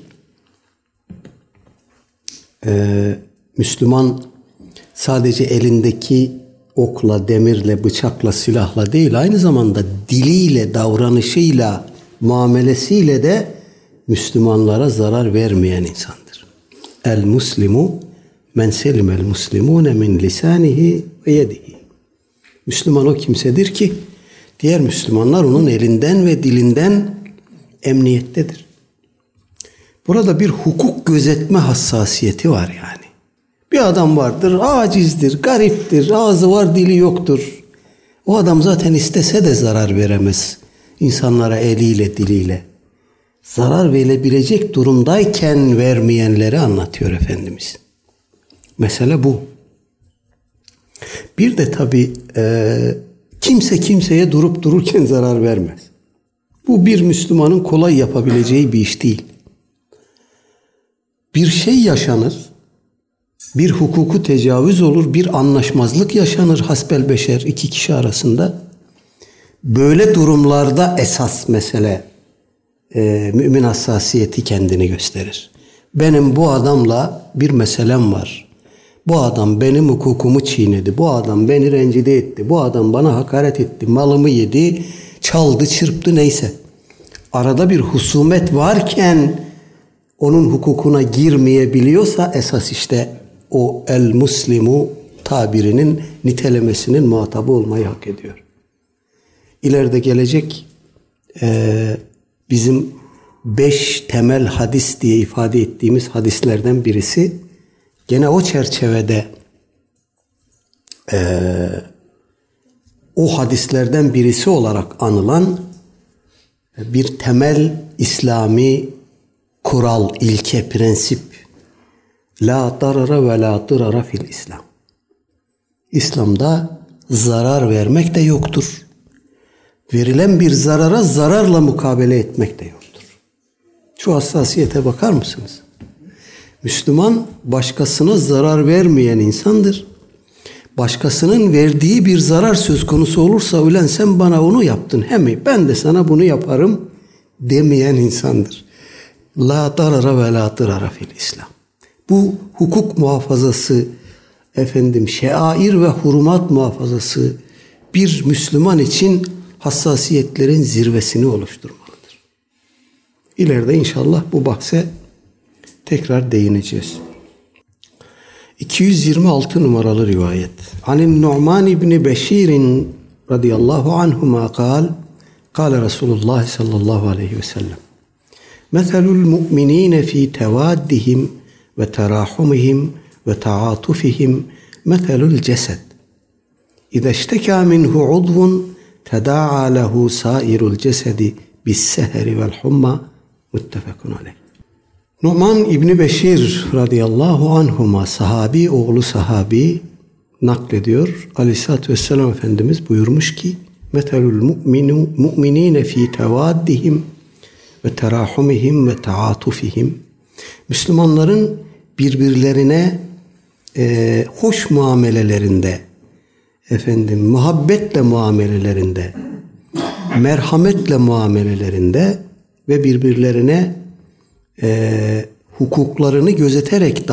A: Müslüman sadece elindeki okla, demirle, bıçakla, silahla değil, aynı zamanda diliyle, davranışıyla, muamelesiyle de Müslümanlara zarar vermeyen insandır. El muslimu men selimel muslimune min lisanihi ve yedihi. Müslüman o kimsedir ki diğer Müslümanlar onun elinden ve dilinden emniyettedir. Burada bir hukuk gözetme hassasiyeti var yani. Bir adam vardır, acizdir, gariptir, ağzı var, dili yoktur. O adam zaten istese de zarar veremez insanlara eliyle, diliyle. Zarar verebilecek durumdayken vermeyenleri anlatıyor Efendimiz. Mesele bu. Bir de tabii kimse kimseye durup dururken zarar vermez. Bu bir Müslümanın kolay yapabileceği bir iş değil. Bir şey yaşanır, bir hukuku tecavüz olur, bir anlaşmazlık yaşanır hasbelbeşer iki kişi arasında. Böyle durumlarda esas mesele mümin hassasiyeti kendini gösterir. Benim bu adamla bir meselem var. Bu adam benim hukukumu çiğnedi. Bu adam beni rencide etti. Bu adam bana hakaret etti. Malımı yedi, çaldı, çırptı neyse. Arada bir husumet varken onun hukukuna girmeyebiliyorsa esas işte o el muslimu tabirinin nitelemesinin muhatabı olmayı hak ediyor. İleride gelecek bizim 5 temel hadis diye ifade ettiğimiz hadislerden birisi gene o çerçevede o hadislerden birisi olarak anılan bir temel İslami kural, ilke, prensip. La darara ve la dırara fil İslam. İslam'da zarar vermek de yoktur. Verilen bir zarara zararla mukabele etmek de yoktur. Şu hassasiyete bakar mısınız? Müslüman başkasına zarar vermeyen insandır. Başkasının verdiği bir zarar söz konusu olursa ulan sen bana onu yaptın hem ben de sana bunu yaparım demeyen insandır. La darara ve la dırara fil İslam. Bu hukuk muhafazası, şeair ve hurumat muhafazası bir Müslüman için hassasiyetlerin zirvesini oluşturmalıdır. İleride inşallah bu bahse tekrar değineceğiz. 226 numaralı rivayet. Anin Nu'man İbni Beşir'in radıyallahu anhuma kâle Resulullah sallallahu aleyhi ve sellem. Meselul mu'minîne fî tevaddihim ve terahumihim ve taatufihim meselul cesed. İza iştekâ minhu udvun tedâ'a lehu sâirul cesedi bis-seheri vel humma muttefekun aleyh. Nu'man İbni Beşir radıyallahu anhuma sahabi, oğlu sahabi naklediyor. Aleyhisselatü Vesselam Efendimiz buyurmuş ki meselul mu'minîne fî tevaddihim ve terahumihim ve taatufihim. Müslümanların birbirlerine hoş muamelelerinde, muhabbetle muamelelerinde, merhametle muamelelerinde ve birbirlerine hukuklarını gözeterek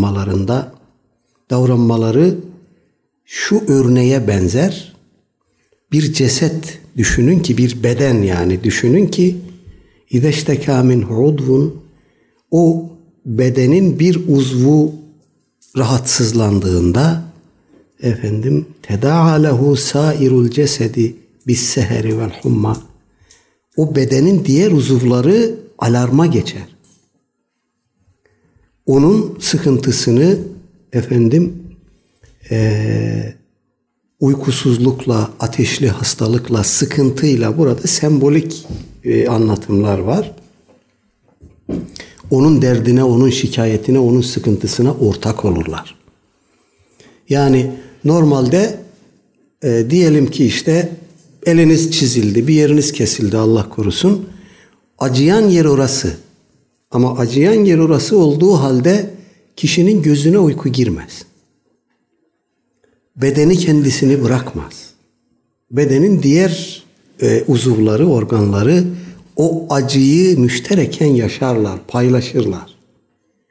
A: davranmaları şu örneğe benzer. Bir ceset düşünün ki, bir beden yani düşünün ki İza iştekâ minhu udvun, o bedenin bir uzvu rahatsızlandığında tedâ'a lehu sâirul cesedi bis-seheri vel humma, o bedenin diğer uzuvları alarma geçer. Onun sıkıntısını uykusuzlukla, ateşli hastalıkla, sıkıntıyla, burada sembolik anlatımlar var. Onun derdine, onun şikayetine, onun sıkıntısına ortak olurlar. Yani normalde diyelim ki işte eliniz çizildi, bir yeriniz kesildi Allah korusun. Acıyan yer orası. Ama acıyan yer orası olduğu halde kişinin gözüne uyku girmez. Bedeni kendisini bırakmaz. Bedenin diğer uzuvları, organları o acıyı müştereken yaşarlar, paylaşırlar.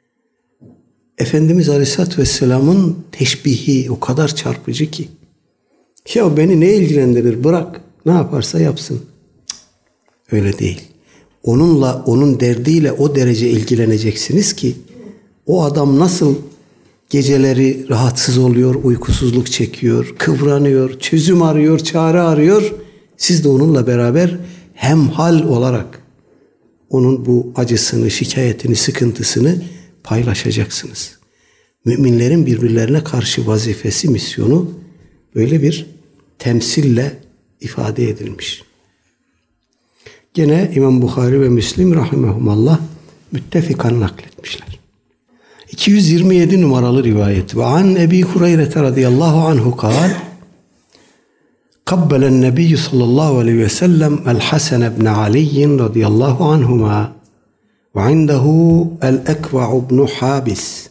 A: Efendimiz Aleyhisselatü Vesselam'ın teşbihi o kadar çarpıcı ki Ya beni ne ilgilendirir, bırak ne yaparsa yapsın. Öyle değil. Onunla, onun derdiyle o derece ilgileneceksiniz ki o adam nasıl geceleri rahatsız oluyor, uykusuzluk çekiyor, kıvranıyor, çözüm arıyor, çare arıyor. Siz de onunla beraber hemhal olarak onun bu acısını, şikayetini, sıkıntısını paylaşacaksınız. Müminlerin birbirlerine karşı vazifesi, misyonu böyle bir temsille ifade edilmiş. Gene İmam Bukhari ve Müslim rahimehumallah müttefikan nakletmişler. 227 numaralı rivayet. Ve an Ebi Hureyre radıyallahu anhu kal kabbelen nebiyyü sallallahu aleyhi ve sellem el-Hasan ibn Ali radıyallahu anhuma ve indehu el-Ekva ibn Habis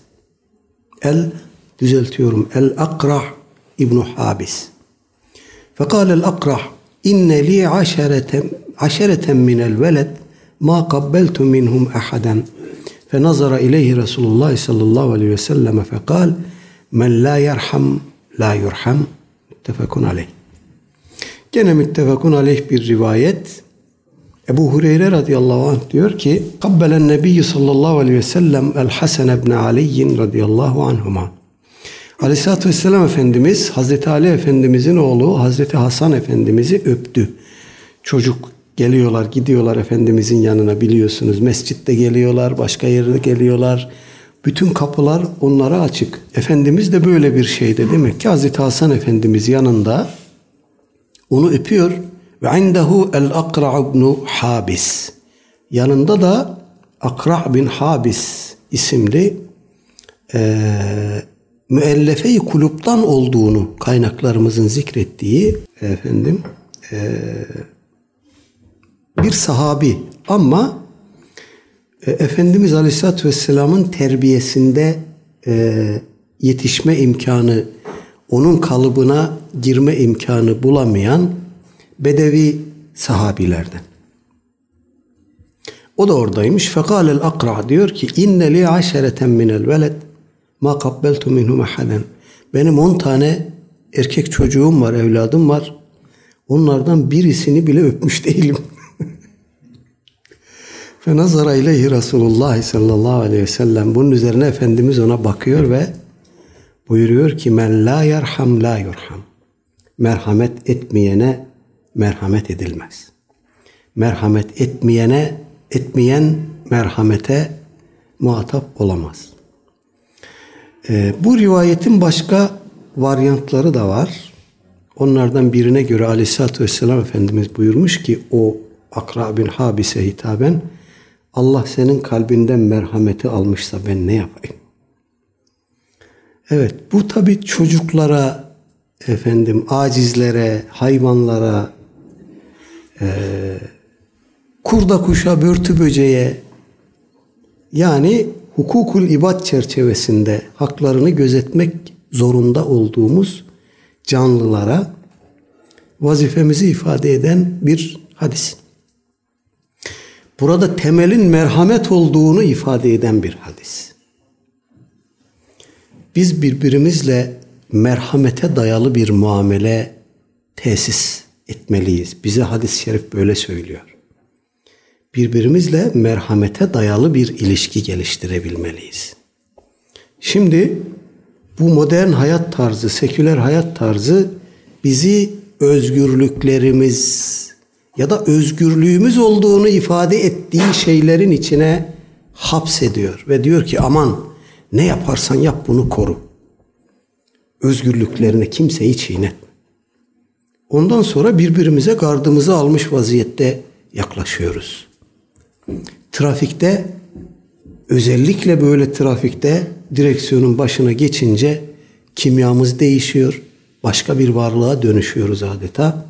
A: el-Akra ibn Habis. فقال الأقرع إن لي عشرة من الولد ما قبلت منهم أحدا فنظر إليه رسول الله صلى الله عليه وسلم فقال من لا يرحم لا يرحم متفق عليه. Gene müttefakun aleyh bir rivayet. Ebu Hureyre radıyallahu anh diyor ki kabbelen nebiyyü sallallahu aleyhi ve sellem el-Hasan ibn Ali radıyallahu anhuma. Aleyhisselatü vesselam Efendimiz Hazreti Ali Efendimizin oğlu Hazreti Hasan Efendimiz'i öptü. Çocuk geliyorlar, gidiyorlar Efendimizin yanına, biliyorsunuz. Mescitte geliyorlar, başka yerde geliyorlar. Bütün kapılar onlara açık. Efendimiz de böyle bir şeyde, demek ki Hazreti Hasan Efendimiz yanında onu öpüyor. Ve indehu el-Akra ibn Habis. Yanında da Akra bin Habis isimli müellefe-i kulüpten olduğunu kaynaklarımızın zikrettiği bir sahabi, ama Efendimiz Aleyhisselatü Vesselam'ın terbiyesinde yetişme imkanı, onun kalıbına girme imkanı bulamayan bedevi sahabilerden. O da oradaymış. Fekâlel Akra diyor ki inne li aşereten minel veled ma kabbeltu minhum ahaden. Benim 10 tane erkek çocuğum var, evladım var. Onlardan birisini bile öpmüş değilim. Fe nazara ileyhi Resulullah sallallahu aleyhi ve sellem. Bunun üzerine Efendimiz ona bakıyor ve buyuruyor ki men la yerham la yurham. Merhamet etmeyene merhamet edilmez. Merhamet etmeyen merhamete muhatap olamaz. Bu rivayetin başka varyantları da var. Onlardan birine göre Aleyhisselatü Vesselam Efendimiz buyurmuş ki o Akra bin Habis'e hitaben, Allah senin kalbinden merhameti almışsa ben ne yapayım? Evet, bu tabii çocuklara, acizlere, hayvanlara, kurda kuşa, börtü böceğe, yani hukukul ibad çerçevesinde haklarını gözetmek zorunda olduğumuz canlılara vazifemizi ifade eden bir hadis. Burada temelin merhamet olduğunu ifade eden bir hadis. Biz birbirimizle merhamete dayalı bir muamele tesis etmeliyiz. Bize hadis-i şerif böyle söylüyor. Birbirimizle merhamete dayalı bir ilişki geliştirebilmeliyiz. Şimdi bu modern hayat tarzı, seküler hayat tarzı bizi özgürlüklerimiz ya da özgürlüğümüz olduğunu ifade ettiği şeylerin içine hapsediyor ve diyor ki aman ne yaparsan yap bunu koru. Özgürlüklerine kimseyi çiğnetme. Ondan sonra birbirimize gardımızı almış vaziyette yaklaşıyoruz. Trafikte, özellikle böyle trafikte direksiyonun başına geçince kimyamız değişiyor. Başka bir varlığa dönüşüyoruz adeta.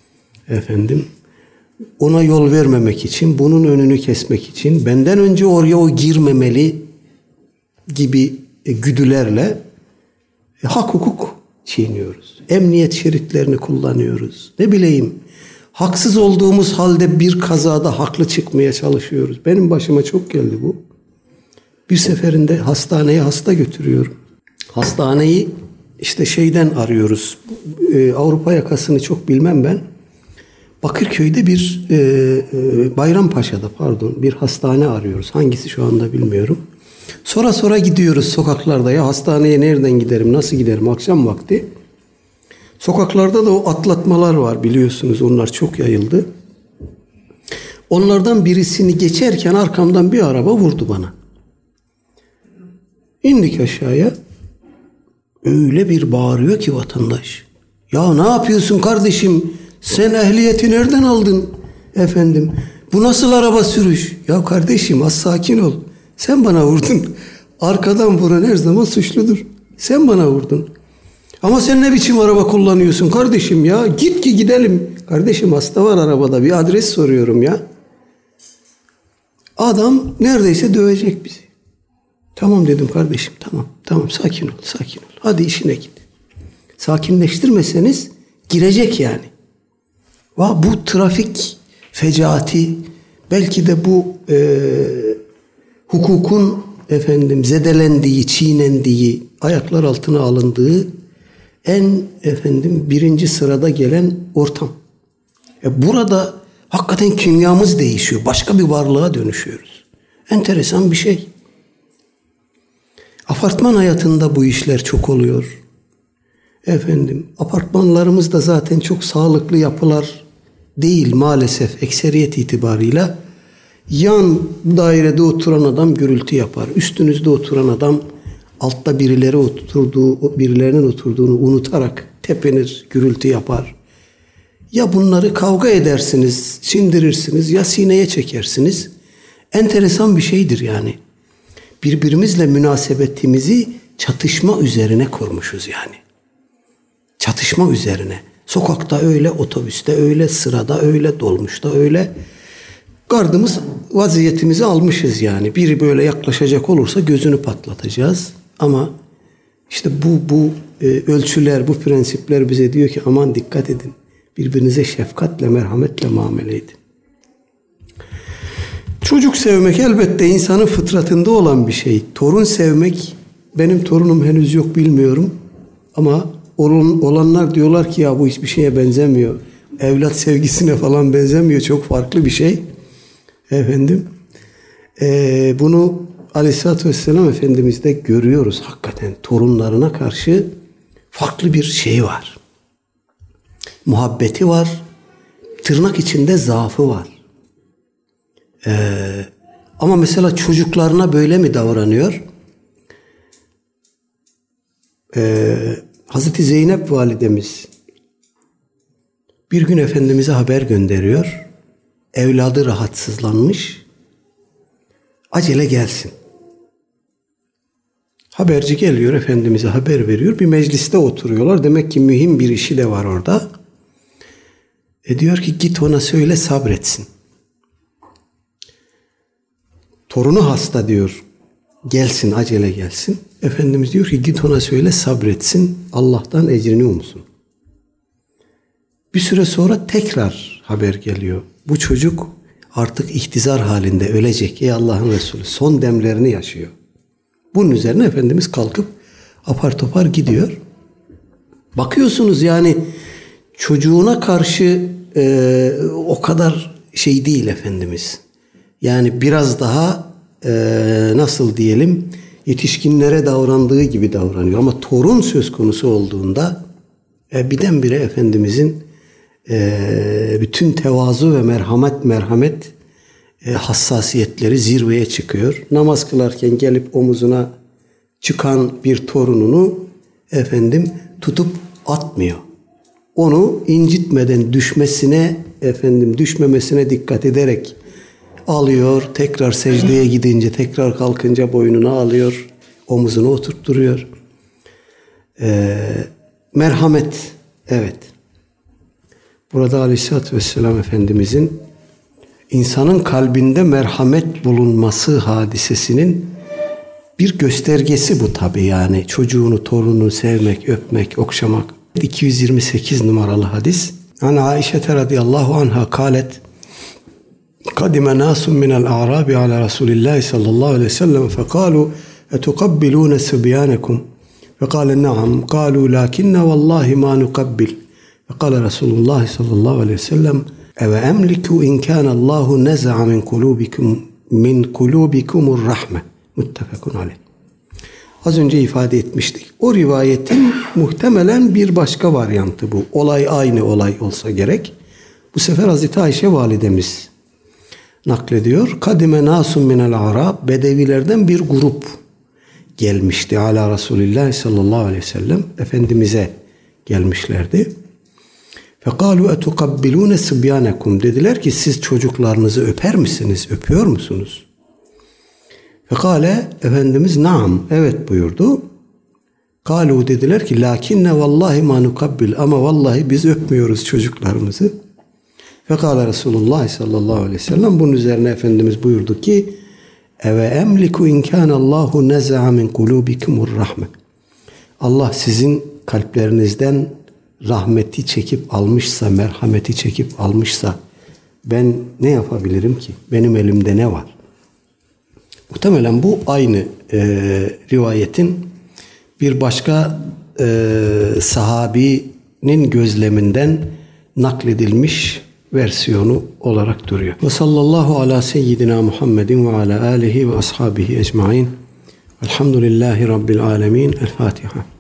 A: Ona yol vermemek için, bunun önünü kesmek için, benden önce oraya o girmemeli gibi güdülerle hak hukuk çiğniyoruz. Emniyet şeritlerini kullanıyoruz. Ne bileyim, haksız olduğumuz halde bir kazada haklı çıkmaya çalışıyoruz. Benim başıma çok geldi bu. Bir seferinde hastaneye hasta götürüyorum. Hastaneyi işte şeyden arıyoruz. Avrupa yakasını çok bilmem ben. Bakırköy'de bir Bayrampaşa'da bir hastane arıyoruz. Hangisi şu anda bilmiyorum. Sonra gidiyoruz sokaklarda. Ya hastaneye nereden giderim, nasıl giderim akşam vakti. Sokaklarda da o atlatmalar var biliyorsunuz. Onlar çok yayıldı. Onlardan birisini geçerken arkamdan bir araba vurdu bana. İndik aşağıya. Öyle bir bağırıyor ki vatandaş. Ya ne yapıyorsun kardeşim? Sen ehliyeti nereden aldın? Efendim, bu nasıl araba sürüş? Ya kardeşim az sakin ol. Sen bana vurdun. Arkadan vuran her zaman suçludur. Sen bana vurdun. Ama sen ne biçim araba kullanıyorsun kardeşim ya? Git ki gidelim. Kardeşim hasta var arabada. Bir adres soruyorum ya. Adam neredeyse dövecek bizi. Tamam dedim kardeşim, tamam sakin ol. Hadi işine git. Sakinleştirmeseniz girecek yani. Bu trafik fecaati, belki de bu hukukun zedelendiği, çiğnendiği, ayaklar altına alındığı en birinci sırada gelen ortam. Burada hakikaten kimyamız değişiyor. Başka bir varlığa dönüşüyoruz. Enteresan bir şey. Apartman hayatında bu işler çok oluyor. Apartmanlarımız da zaten çok sağlıklı yapılar değil maalesef ekseriyet itibarıyla. Yan dairede oturan adam gürültü yapar. Üstünüzde oturan adam altta birilerinin oturduğunu unutarak tepenir, gürültü yapar. Ya bunları kavga edersiniz, sindirirsiniz ya sineye çekersiniz. Enteresan bir şeydir yani. Birbirimizle münasebetimizi çatışma üzerine kurmuşuz yani. Çatışma üzerine. Sokakta öyle, otobüste öyle, sırada öyle, dolmuşta öyle. Gardımız vaziyetimizi almışız yani. Biri böyle yaklaşacak olursa gözünü patlatacağız. Ama işte bu ölçüler, bu prensipler bize diyor ki aman dikkat edin. Birbirinize şefkatle, merhametle muamele edin. Çocuk sevmek elbette insanın fıtratında olan bir şey. Torun sevmek, benim torunum henüz yok bilmiyorum. Ama olanlar diyorlar ki ya bu hiçbir şeye benzemiyor. Evlat sevgisine falan benzemiyor. Çok farklı bir şey. Bunu Aleyhisselatü Vesselam Efendimiz'de görüyoruz hakikaten. Torunlarına karşı farklı bir şey var. Muhabbeti var. Tırnak içinde zaafı var. Ama mesela çocuklarına böyle mi davranıyor? Hazreti Zeynep validemiz bir gün Efendimiz'e haber gönderiyor. Evladı rahatsızlanmış. Acele gelsin. Haberci geliyor, Efendimiz'e haber veriyor. Bir mecliste oturuyorlar. Demek ki mühim bir işi de var orada. Diyor ki git ona söyle sabretsin. Torunu hasta diyor. Gelsin, acele gelsin. Efendimiz diyor ki git ona söyle sabretsin. Allah'tan ecrini umsun. Bir süre sonra tekrar haber geliyor. Bu çocuk artık ihtizar halinde ölecek. Ey Allah'ın Resulü son demlerini yaşıyor. Bunun üzerine Efendimiz kalkıp apar topar gidiyor. Bakıyorsunuz yani çocuğuna karşı o kadar şey değil Efendimiz. Yani biraz daha nasıl diyelim yetişkinlere davrandığı gibi davranıyor. Ama torun söz konusu olduğunda birdenbire Efendimizin bütün tevazu ve merhamet hassasiyetleri zirveye çıkıyor. Namaz kılarken gelip omuzuna çıkan bir torununu tutup atmıyor. Onu incitmeden düşmemesine dikkat ederek alıyor. Tekrar secdeye gidince, tekrar kalkınca boynuna alıyor. Omuzuna oturtturuyor. Merhamet, evet. Burada Aleyhisselatü Vesselam Efendimizin insanın kalbinde merhamet bulunması hadisesinin bir göstergesi bu tabii yani. Çocuğunu, torununu sevmek, öpmek, okşamak. 228 numaralı hadis. An Aişe radıyallahu anha kalet kadime nasun minel a'rabi ala Resulillahi sallallahu aleyhi ve sellem fekalu etukabbilune sıbyanakum Fekale na'am. Kalu lakinne vallahi ma nukabbil. Fekale Resulullah sallallahu aleyhi ve sellem eve emliku in kânallahu neza'a min kulubikumur rahme. Muttefekun aleyh. Az önce ifade etmiştik. O rivayetin muhtemelen bir başka varyantı bu. Olay aynı olay olsa gerek. Bu sefer Hazreti Ayşe validemiz naklediyor. Kadime nasun minel arab. Bedevilerden bir grup gelmişti. Ala Resulillah sallallahu aleyhi ve sellem. Efendimiz'e gelmişlerdi. Fekalu etukabbilune sıbyanakum. Dediler ki siz çocuklarınızı öper misiniz? Öpüyor musunuz? Fekale Efendimiz naam. Evet buyurdu. Kalu dediler ki lakinne vallahi ma nukabbil. Ama vallahi biz öpmüyoruz çocuklarımızı. Fekale Resulullah sallallahu aleyhi ve sellem. Bunun üzerine Efendimiz buyurdu ki eve emliku in kânallahu neza'a min kulubikumur rahme. Allah sizin kalplerinizden rahmeti çekip almışsa, merhameti çekip almışsa ben ne yapabilirim ki? Benim elimde ne var? Muhtemelen bu aynı rivayetin bir başka sahabinin gözleminden nakledilmiş versiyonu olarak duruyor. Ve sallallahu ala seyyidina Muhammedin ve ala alihi ve ashabihi ecmain. Elhamdülillahi Rabbil alemin. El Fatiha.